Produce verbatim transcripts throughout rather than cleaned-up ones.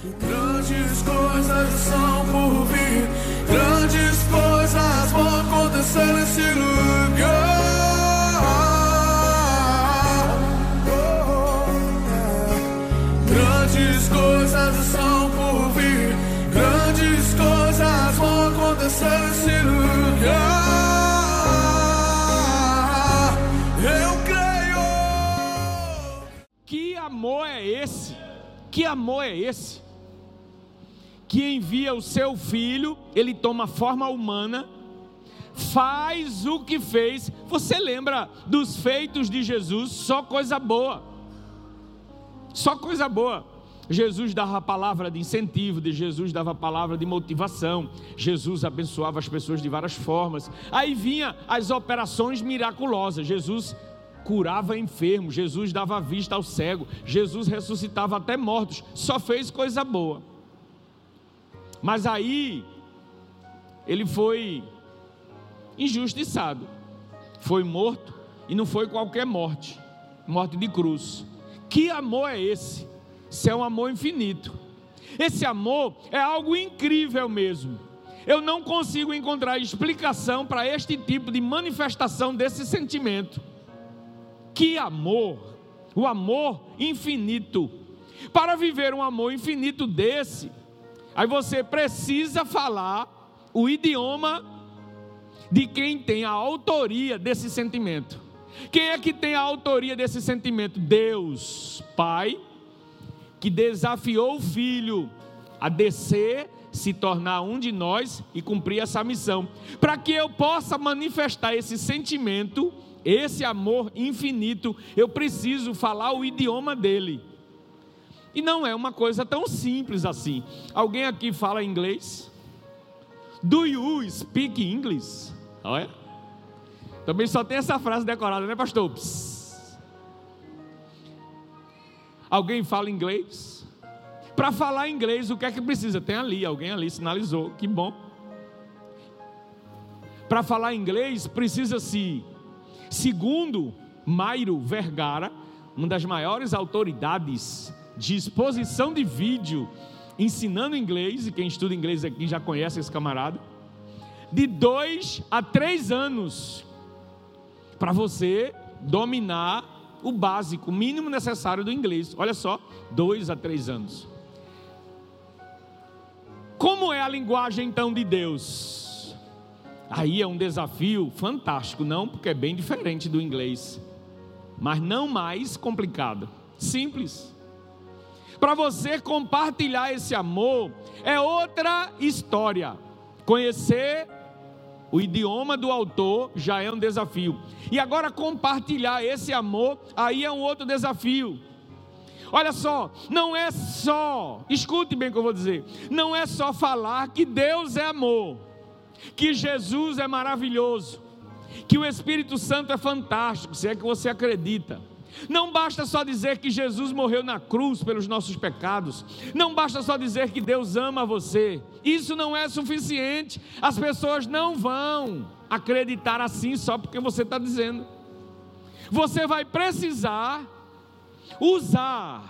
Grandes coisas são por vir, grandes coisas vão acontecer nesse lugar. Grandes coisas são por vir, grandes coisas vão acontecer nesse lugar. Eu creio. Que amor é esse? Que amor é esse? Que envia o seu filho, ele toma forma humana, faz o que fez. Você lembra dos feitos de Jesus? Só coisa boa. Só coisa boa. Jesus dava a palavra de incentivo, de Jesus dava a palavra de motivação, Jesus abençoava as pessoas de várias formas. Aí vinha as operações miraculosas, Jesus curava enfermos, Jesus dava vista ao cego, Jesus ressuscitava até mortos, só fez coisa boa. Mas aí ele foi injustiçado, foi morto, e não foi qualquer morte, morte de cruz. Que amor é esse? Esse é um amor infinito. Esse amor é algo incrível mesmo. Eu não consigo encontrar explicação para este tipo de manifestação desse sentimento. Que amor! O amor infinito. Para viver um amor infinito desse, aí você precisa falar o idioma de quem tem a autoria desse sentimento. Quem é que tem a autoria desse sentimento? Deus, Pai, que desafiou o Filho a descer, se tornar um de nós e cumprir essa missão. Para que eu possa manifestar esse sentimento, esse amor infinito, eu preciso falar o idioma dele. E não é uma coisa tão simples assim. Alguém aqui fala inglês? Do you speak English? Olha. Também só tem essa frase decorada, né, pastor? Psss. Alguém fala inglês? Para falar inglês, o que é que precisa? Tem ali, alguém ali sinalizou, que bom. Para falar inglês, precisa-se, segundo Mairo Vergara, uma das maiores autoridades de exposição de vídeo ensinando inglês, e quem estuda inglês aqui já conhece esse camarada, de dois a três anos para você dominar o básico, o mínimo necessário do inglês. Olha só, dois a três anos. Como é a linguagem então de Deus? Aí é um desafio fantástico, não porque é bem diferente do inglês, mas não mais complicado, simples. Para você compartilhar esse amor é outra história. Conhecer o idioma do autor já é um desafio. E agora compartilhar esse amor, aí é um outro desafio. Olha só, não é só, escute bem o que eu vou dizer, não é só falar que Deus é amor, que Jesus é maravilhoso, que o Espírito Santo é fantástico, se é que você acredita. Não basta só dizer que Jesus morreu na cruz pelos nossos pecados. Não basta só dizer que Deus ama você. Isso não é suficiente. As pessoas não vão acreditar assim só porque você está dizendo. Você vai precisar usar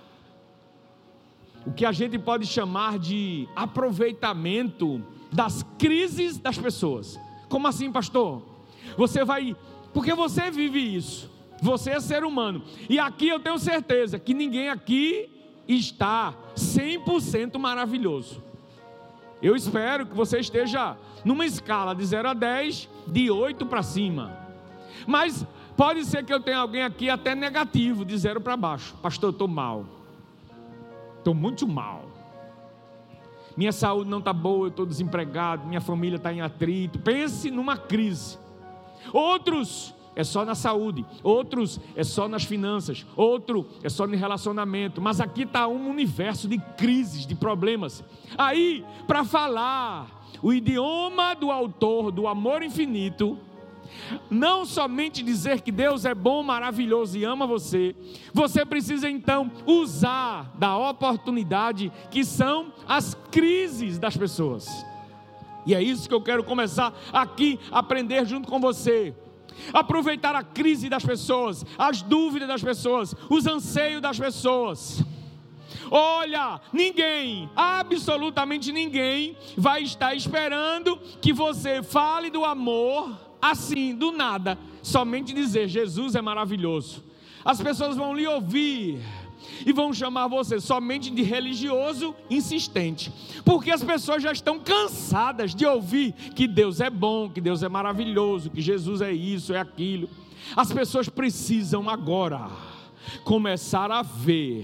o que a gente pode chamar de aproveitamento das crises das pessoas. Como assim, pastor? Você vai... Porque você vive isso. Você é ser humano. E aqui eu tenho certeza que ninguém aqui está cem por cento maravilhoso. Eu espero que você esteja numa escala de zero a dez, de oito para cima. Mas pode ser que eu tenha alguém aqui até negativo, de zero para baixo. Pastor, eu estou mal. Estou muito mal. Minha saúde não está boa, eu estou desempregado, minha família está em atrito. Pense numa crise. Outros... é só na saúde, outros é só nas finanças, outro é só no relacionamento, mas aqui está um universo de crises, de problemas. Aí, para falar o idioma do autor do amor infinito, não somente dizer que Deus é bom, maravilhoso e ama você, você precisa então usar da oportunidade que são as crises das pessoas. E é isso que eu quero começar aqui a aprender junto com você. Aproveitar a crise das pessoas, as dúvidas das pessoas, os anseios das pessoas. Olha, ninguém, absolutamente ninguém vai estar esperando que você fale do amor assim, do nada, somente dizer Jesus é maravilhoso. As pessoas vão lhe ouvir e vão chamar você somente de religioso insistente, porque as pessoas já estão cansadas de ouvir que Deus é bom, que Deus é maravilhoso, que Jesus é isso, é aquilo. As pessoas precisam agora começar a ver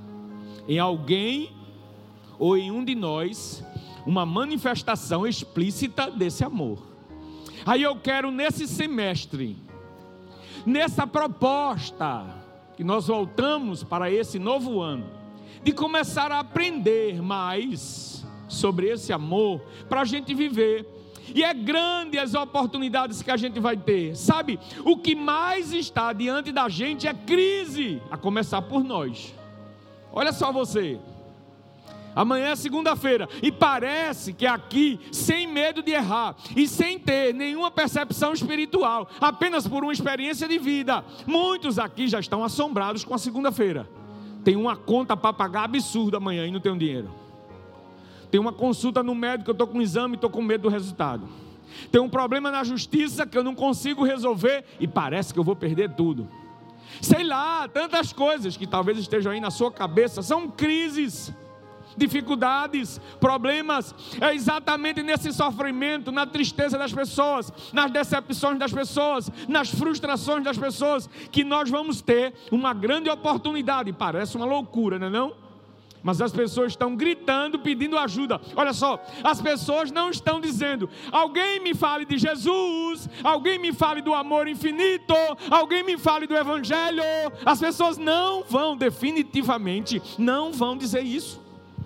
em alguém ou em um de nós uma manifestação explícita desse amor. Aí eu quero nesse semestre, nessa proposta que nós voltamos para esse novo ano, de começar a aprender mais sobre esse amor para a gente viver. E é grande as oportunidades que a gente vai ter, sabe? O que mais está diante da gente é crise, a começar por nós. Olha só você, amanhã é segunda-feira e parece que aqui, sem medo de errar e sem ter nenhuma percepção espiritual, apenas por uma experiência de vida, muitos aqui já estão assombrados com a segunda-feira. Tem uma conta para pagar absurda amanhã e não tem dinheiro. Tem uma consulta no médico, eu estou com um exame e estou com medo do resultado. Tem um problema na justiça que eu não consigo resolver e parece que eu vou perder tudo. Sei lá, tantas coisas que talvez estejam aí na sua cabeça, são crises, dificuldades, problemas. É exatamente nesse sofrimento, na tristeza das pessoas, nas decepções das pessoas, nas frustrações das pessoas, que nós vamos ter uma grande oportunidade. Parece uma loucura, não é não? Mas as pessoas estão gritando, pedindo ajuda. Olha só, as pessoas não estão dizendo: alguém me fale de Jesus, alguém me fale do amor infinito, alguém me fale do Evangelho. As pessoas não vão, definitivamente, não vão dizer isso.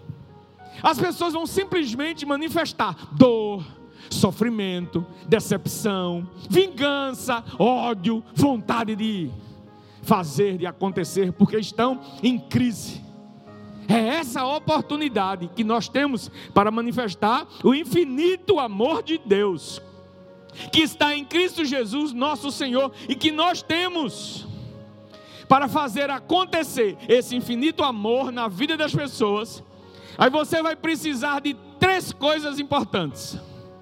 As pessoas vão simplesmente manifestar dor, sofrimento, decepção, vingança, ódio, vontade de fazer, de acontecer, porque estão em crise. É essa oportunidade que nós temos para manifestar o infinito amor de Deus, que está em Cristo Jesus, nosso Senhor, e que nós temos para fazer acontecer esse infinito amor na vida das pessoas. Aí você vai precisar de três coisas importantes.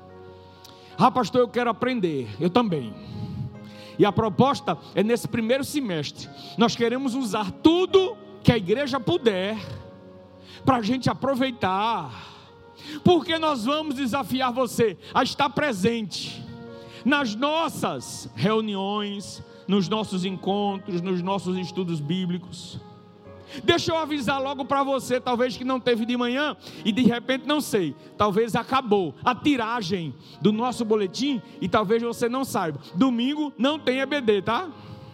Ah, pastor, eu quero aprender. Eu também. E a proposta é nesse primeiro semestre. Nós queremos usar tudo que a igreja puder para a gente aproveitar, porque nós vamos desafiar você a estar presente nas nossas reuniões, nos nossos encontros, nos nossos estudos bíblicos. Deixa eu avisar logo para você, talvez que não teve de manhã e de repente não sei, talvez acabou a tiragem do nosso boletim e talvez você não saiba, domingo não tem E B D, tá?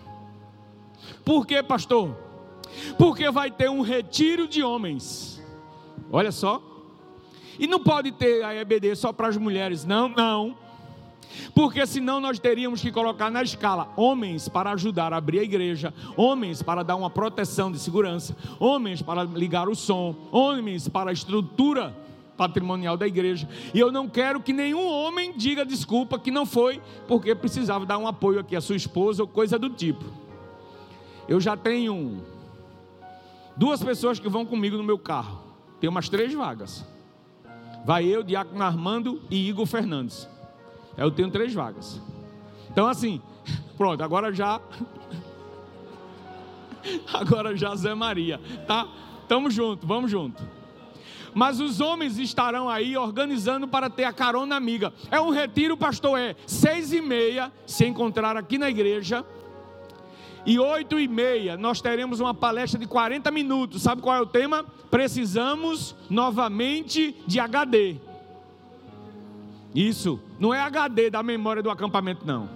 Por quê, pastor? Porque vai ter um retiro de homens. Olha só, e não pode ter a E B D só para as mulheres, não, não, porque senão nós teríamos que colocar na escala homens para ajudar a abrir a igreja, homens para dar uma proteção de segurança, homens para ligar o som, homens para a estrutura patrimonial da igreja. E eu não quero que nenhum homem diga desculpa que não foi porque precisava dar um apoio aqui à sua esposa ou coisa do tipo. Eu já tenho duas pessoas que vão comigo no meu carro. Tem umas três vagas. Vai eu, Diácono Armando e Igor Fernandes. Eu tenho três vagas. Então assim, pronto, agora já Agora já Zé Maria, tá? Tamo junto, vamos junto. Mas os homens estarão aí organizando para ter a carona amiga. É um retiro, pastor, é seis e meia, se encontrar aqui na igreja. E oito e meia nós teremos uma palestra de quarenta minutos. Sabe qual é o tema? Precisamos novamente de H D. Isso, não é H D da memória do acampamento, não.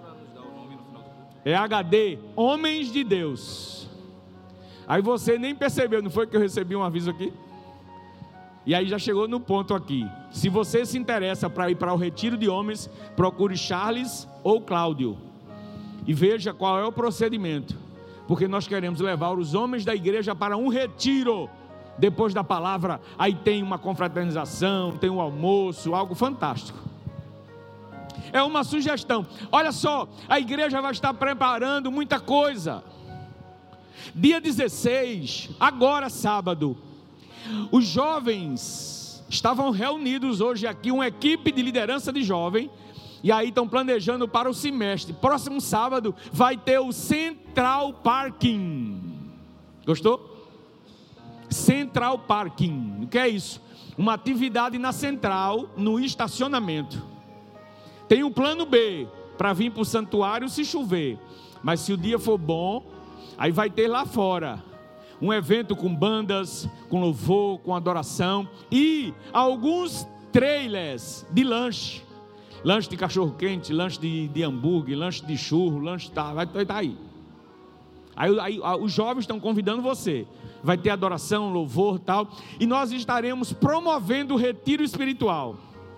É H D, Homens de Deus. Aí você nem percebeu, não foi que eu recebi um aviso aqui? E aí já chegou no ponto aqui. Se você se interessa para ir para o retiro de homens, procure Charles ou Cláudio. E veja qual é o procedimento, porque nós queremos levar os homens da igreja para um retiro. Depois da palavra, aí tem uma confraternização, tem um almoço, algo fantástico. É uma sugestão. Olha só, a igreja vai estar preparando muita coisa. Dia dezesseis, agora sábado, Os jovens estavam reunidos hoje aqui, uma equipe de liderança de jovem, e aí estão planejando para o semestre. Próximo sábado vai ter o Central Parking. Gostou? Central Parking. O que é isso? Uma atividade na central, no estacionamento. Tem o plano B, para vir para o santuário se chover. Mas se o dia for bom, aí vai ter lá fora um evento com bandas, com louvor, com adoração e alguns trailers de lanche. Lanche de cachorro-quente, lanche de, de hambúrguer, lanche de churro, lanche tá, vai estar tá aí. Aí, aí. Os jovens estão convidando você. Vai ter adoração, louvor e tal. E nós estaremos promovendo o retiro espiritual.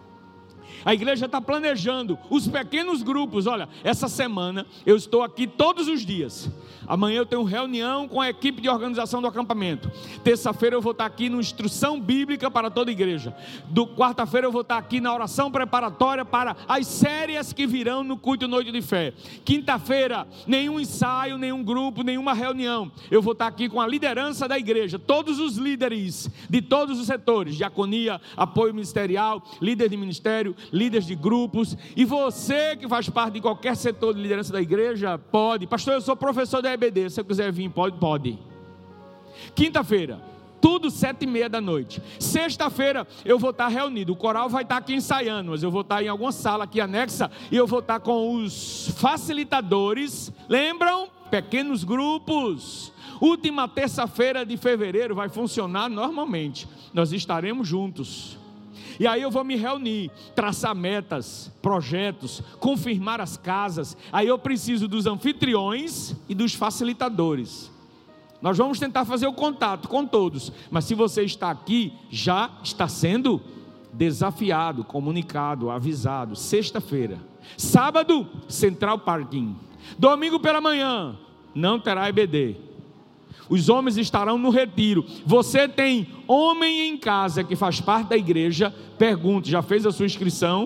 A igreja está planejando os pequenos grupos. Olha, essa semana eu estou aqui todos os dias. Amanhã eu tenho reunião com a equipe de organização do acampamento. Terça-feira eu vou estar aqui no Instrução Bíblica para toda a igreja. Do quarta-feira eu vou estar aqui na oração preparatória para as séries que virão no culto Noite de Fé. Quinta-feira, nenhum ensaio, nenhum grupo, nenhuma reunião. Eu vou estar aqui com a liderança da igreja. Todos os líderes de todos os setores. Diaconia, apoio ministerial, líder de ministério, líderes de grupos. E você que faz parte de qualquer setor de liderança da igreja, pode. Pastor, eu sou professor da E B D, se você quiser vir, pode, pode. Quinta-feira, tudo sete e meia da noite. Sexta-feira eu vou estar reunido, o coral vai estar aqui ensaiando, mas eu vou estar em alguma sala aqui anexa, e eu vou estar com os facilitadores. Lembram? Pequenos grupos. Última terça-feira de fevereiro vai funcionar normalmente, nós estaremos juntos. E aí eu vou me reunir, traçar metas, projetos, confirmar as casas. Aí eu preciso dos anfitriões e dos facilitadores. Nós vamos tentar fazer o contato com todos. Mas se você está aqui, já está sendo desafiado, comunicado, avisado. Sexta-feira. Sábado, Central Parking. Domingo pela manhã, não terá E B D. Os homens estarão no retiro. Você tem homem em casa que faz parte da igreja? Pergunte, já fez a sua inscrição?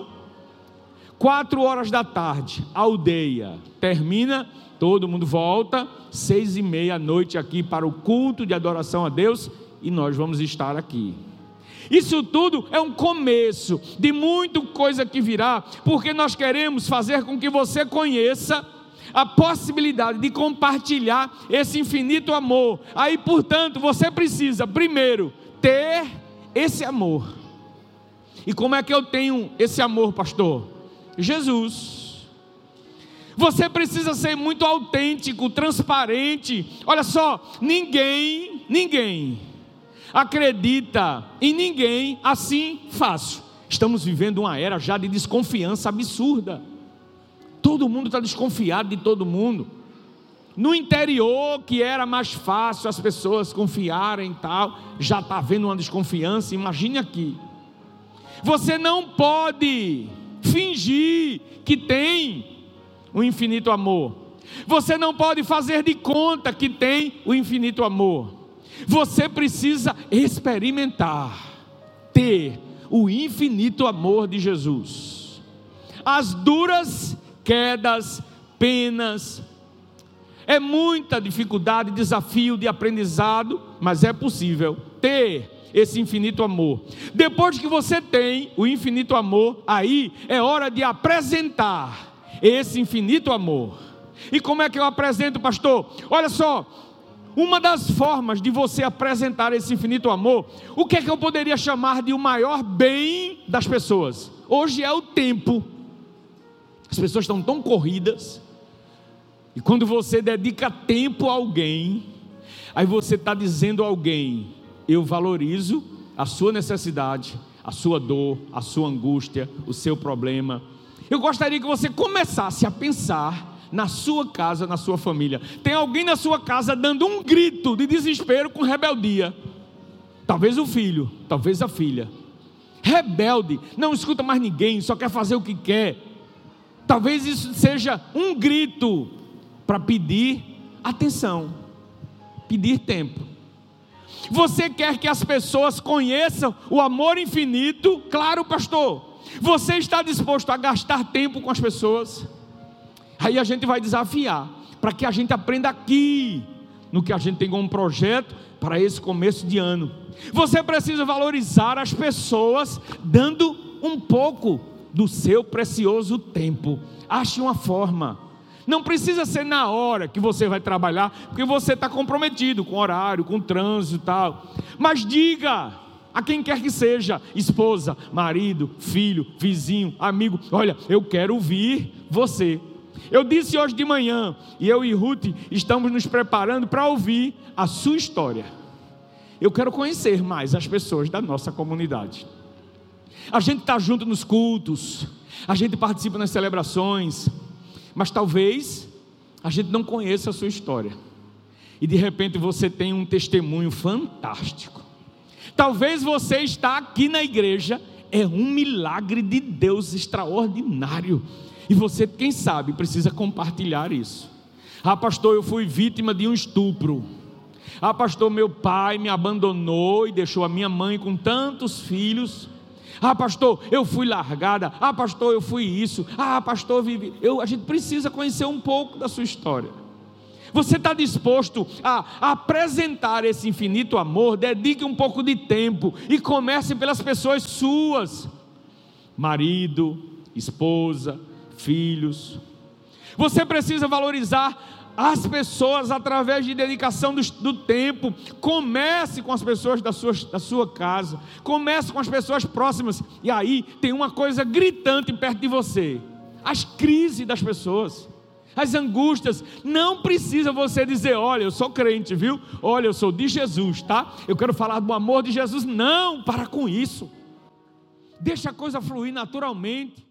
Quatro horas da tarde, aldeia. Termina, todo mundo volta. Seis e meia à noite aqui para o culto de adoração a Deus. E nós vamos estar aqui. Isso tudo é um começo de muita coisa que virá. Porque nós queremos fazer com que você conheça a possibilidade de compartilhar esse infinito amor. Aí, portanto, você precisa primeiro ter esse amor. E como é que eu tenho esse amor, pastor? Jesus. Você precisa ser muito autêntico, transparente. Olha só, ninguém, ninguém acredita em ninguém assim fácil. Estamos vivendo uma era já de desconfiança absurda. Todo mundo está desconfiado de todo mundo. No interior, que era mais fácil as pessoas confiarem e tal, já está havendo uma desconfiança. Imagine aqui. Você não pode fingir que tem o infinito amor. Você não pode fazer de conta que tem o infinito amor. Você precisa experimentar, ter o infinito amor de Jesus. As duras quedas, penas, é muita dificuldade, desafio de aprendizado, mas é possível ter esse infinito amor. Depois que você tem o infinito amor, aí é hora de apresentar esse infinito amor. E como é que eu apresento, pastor? Olha só, uma das formas de você apresentar esse infinito amor, o que é que eu poderia chamar de o maior bem das pessoas? Hoje é o tempo. As pessoas estão tão corridas, e quando você dedica tempo a alguém, aí você está dizendo a alguém: eu valorizo a sua necessidade, a sua dor, a sua angústia, o seu problema. Eu gostaria que você começasse a pensar na sua casa, na sua família. Tem alguém na sua casa dando um grito de desespero com rebeldia. Talvez o filho, talvez a filha. Rebelde, não escuta mais ninguém, só quer fazer o que quer. Talvez isso seja um grito para pedir atenção, pedir tempo. Você quer que as pessoas conheçam o amor infinito? Claro, pastor. Você está disposto a gastar tempo com as pessoas? Aí a gente vai desafiar, para que a gente aprenda aqui, no que a gente tem como projeto para esse começo de ano. Você precisa valorizar as pessoas, dando um pouco do seu precioso tempo. Ache uma forma. Não precisa ser na hora que você vai trabalhar, porque você está comprometido com horário, com trânsito e tal. Mas diga a quem quer que seja, esposa, marido, filho, vizinho, amigo: olha, eu quero ouvir você. Eu disse hoje de manhã, e eu e Ruth estamos nos preparando para ouvir a sua história. Eu quero conhecer mais as pessoas da nossa comunidade. A gente está junto nos cultos, a gente participa nas celebrações, mas talvez a gente não conheça a sua história. E de repente você tem um testemunho fantástico. Talvez você está aqui na igreja, é um milagre de Deus extraordinário. E você, quem sabe, precisa compartilhar isso. Ah, pastor, eu fui vítima de um estupro. Ah, pastor, meu pai me abandonou e deixou a minha mãe com tantos filhos. Ah, pastor, eu fui largada. Ah, pastor, eu fui isso. Ah, pastor, vivi. Eu, a gente precisa conhecer um pouco da sua história. Você está disposto a, a apresentar esse infinito amor? Dedique um pouco de tempo e comece pelas pessoas suas. Marido, esposa, filhos. Você precisa valorizar as pessoas através de dedicação do, do tempo. Comece com as pessoas da sua, da sua casa. Comece com as pessoas próximas. E aí tem uma coisa gritante perto de você: as crises das pessoas, as angústias. Não precisa você dizer: olha, eu sou crente, viu? Olha, eu sou de Jesus, tá? Eu quero falar do amor de Jesus. Não, para com isso. Deixa a coisa fluir naturalmente.